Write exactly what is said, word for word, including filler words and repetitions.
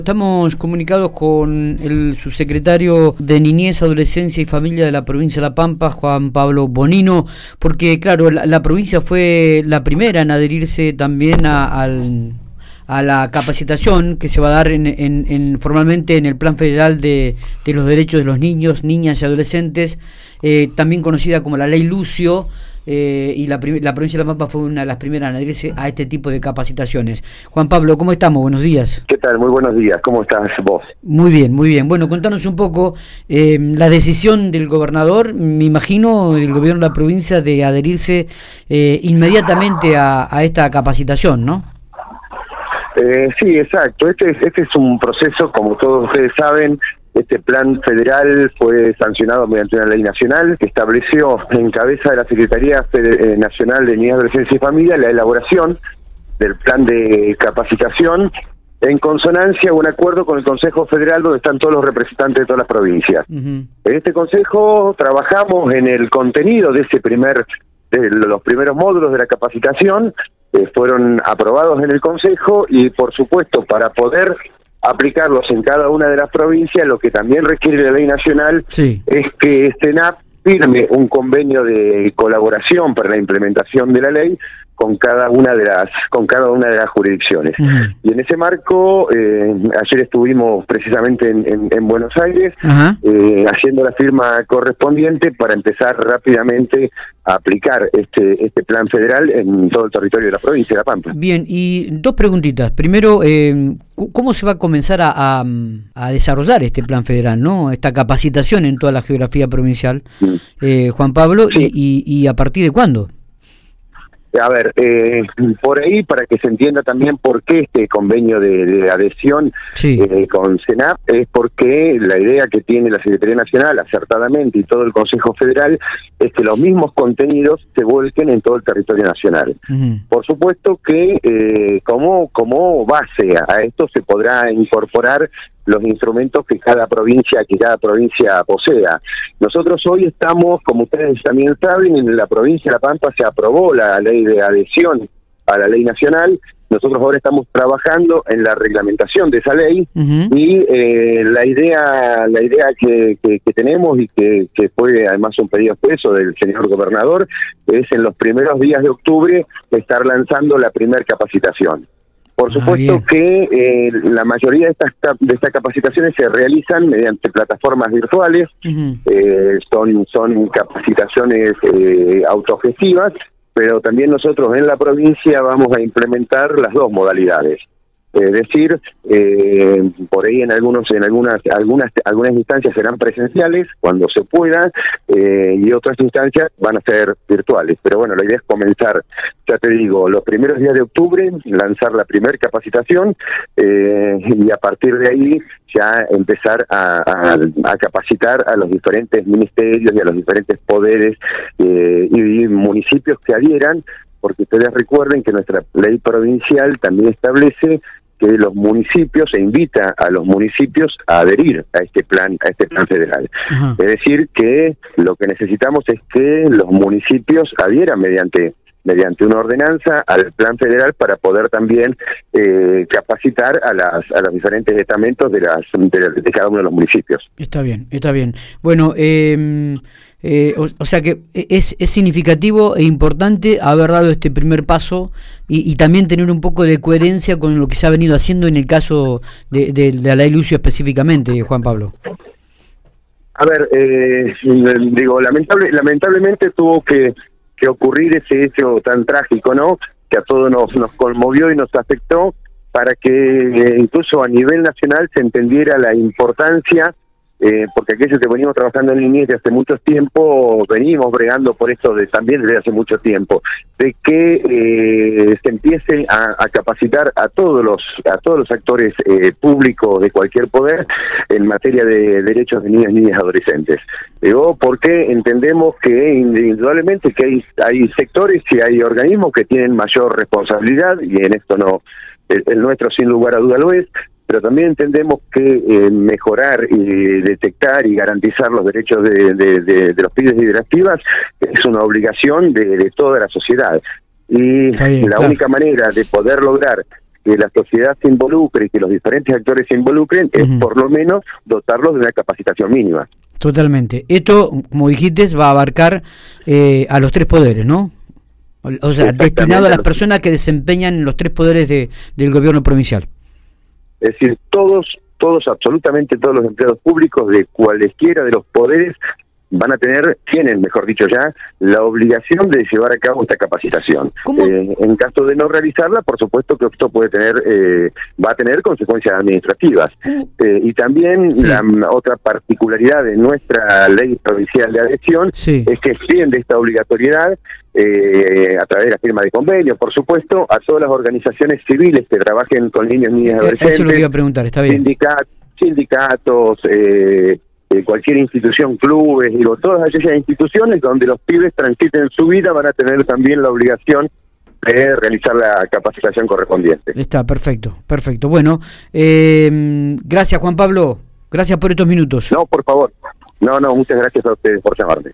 Estamos comunicados con el subsecretario de Niñez, Adolescencia y Familia de la provincia de La Pampa, Juan Pablo Bonino, porque claro, la, la provincia fue la primera en adherirse también a, al, a la capacitación que se va a dar en, en, en, formalmente en el Plan Federal de, de los Derechos de los Niños, Niñas y Adolescentes, eh, también conocida como la Ley Lucio. Eh, y la, la provincia de La Pampa fue una de las primeras en adherirse a este tipo de capacitaciones. Juan Pablo, ¿cómo estamos? Buenos días. ¿Qué tal? Muy buenos días. ¿Cómo estás vos? Muy bien, muy bien. Bueno, contanos un poco eh, la decisión del gobernador, me imagino, del gobierno de la provincia de adherirse eh, inmediatamente a, a esta capacitación, ¿no? Eh, sí, exacto. Este es, este es un proceso, como todos ustedes saben. Este plan federal fue sancionado mediante una ley nacional que estableció en cabeza de la Secretaría Nacional de Niñez, Adolescencia y Familia la elaboración del plan de capacitación en consonancia o en acuerdo con el Consejo Federal, donde están todos los representantes de todas las provincias. Uh-huh. En este consejo trabajamos en el contenido de ese primer, de los primeros módulos de la capacitación, eh, fueron aprobados en el consejo y, por supuesto, para poder aplicarlos en cada una de las provincias, lo que también requiere la ley nacional sí. es que SENAP firme un convenio de colaboración para la implementación de la ley con cada una de las con cada una de las jurisdicciones. Uh-huh. Y en ese marco, eh, ayer estuvimos precisamente en, en, en Buenos Aires, uh-huh. eh, haciendo la firma correspondiente para empezar rápidamente a aplicar este este plan federal en todo el territorio de la provincia de La Pampa. Bien, y dos preguntitas. Primero, eh, ¿cómo se va a comenzar a, a, a desarrollar este plan federal, no? Esta capacitación en toda la geografía provincial, mm. eh, Juan Pablo, sí. y, y, y a partir de cuándo? A ver, eh, por ahí, para que se entienda también por qué este convenio de, de adhesión sí. eh, con SENAP, es porque la idea que tiene la Secretaría Nacional, acertadamente, y todo el Consejo Federal, es que los mismos contenidos se vuelquen en todo el territorio nacional. Uh-huh. Por supuesto que eh, como, como base a esto se podrá incorporar los instrumentos que cada provincia que cada provincia posea. Nosotros hoy estamos, como ustedes también saben, en la provincia de La Pampa se aprobó la ley de adhesión a la ley nacional. Nosotros ahora estamos trabajando en la reglamentación de esa ley. Uh-huh. y eh, la idea la idea que, que, que tenemos y que, que fue además un pedido expreso del señor gobernador es en los primeros días de octubre estar lanzando la primera capacitación. Por supuesto ah, que eh, la mayoría de estas de estas capacitaciones se realizan mediante plataformas virtuales, uh-huh. eh, son son capacitaciones eh, autogestivas, pero también nosotros en la provincia vamos a implementar las dos modalidades. Es decir, eh, por ahí en algunos en algunas algunas algunas instancias serán presenciales cuando se pueda, eh, y otras instancias van a ser virtuales. Pero bueno, la idea es comenzar, ya te digo, los primeros días de octubre, lanzar la primera capacitación, eh, y a partir de ahí ya empezar a, a, a capacitar a los diferentes ministerios y a los diferentes poderes eh, y municipios que adhieran, porque ustedes recuerden que nuestra ley provincial también establece que los municipios, se invita a los municipios a adherir a este plan, a este plan federal. Uh-huh. Es decir, que lo que necesitamos es que los municipios adhieran mediante mediante una ordenanza al plan federal para poder también eh, capacitar a las a los diferentes estamentos de las de, de cada uno de los municipios. Está bien, está bien. Bueno, eh, eh, o, o sea que es, es significativo e importante haber dado este primer paso y, y también tener un poco de coherencia con lo que se ha venido haciendo en el caso de, de, de la ley Lucio específicamente, Juan Pablo. A ver, eh, digo, lamentable, lamentablemente tuvo que que ocurrir ese hecho tan trágico, ¿no? Que a todos nos, nos conmovió y nos afectó, para que eh, incluso a nivel nacional se entendiera la importancia, eh, porque aquellos que venimos trabajando en niñez de hace mucho tiempo, venimos bregando por esto de, también desde hace mucho tiempo, de que eh, se empiece a, a capacitar a todos los a todos los actores eh, públicos de cualquier poder en materia de derechos de niños, niñas y adolescentes. Digo, porque entendemos que indudablemente que hay, hay sectores y hay organismos que tienen mayor responsabilidad, y en esto no, el, el nuestro sin lugar a duda lo es, pero también entendemos que eh, mejorar y detectar y garantizar los derechos de, de, de, de los pibes y de las pibas es una obligación de, de toda la sociedad. Y bien, la claro. única manera de poder lograr que la sociedad se involucre y que los diferentes actores se involucren, uh-huh. es por lo menos dotarlos de una capacitación mínima. Totalmente. Esto, como dijiste, va a abarcar eh, a los tres poderes, ¿no? O sea, destinado a las personas que desempeñan los tres poderes de, del gobierno provincial. Es decir, todos, todos, absolutamente todos los empleados públicos de cualesquiera de los poderes van a tener, tienen, mejor dicho ya, la obligación de llevar a cabo esta capacitación. Eh, en caso de no realizarla, por supuesto que esto puede tener, eh, va a tener consecuencias administrativas. Eh, y también sí. la otra particularidad de nuestra ley provincial de adhesión sí. es que extiende esta obligatoriedad eh, a través de la firma de convenio, por supuesto, a todas las organizaciones civiles que trabajen con niños, niñas y adolescentes. Eso es lo que iba a preguntar, está bien. Sindicat, sindicatos, eh, Eh, cualquier institución, clubes, digo, todas aquellas instituciones donde los pibes transiten su vida van a tener también la obligación de realizar la capacitación correspondiente. Está, perfecto, perfecto. Bueno, eh, gracias Juan Pablo, gracias por estos minutos. No, por favor. No, no, muchas gracias a ustedes por llamarme.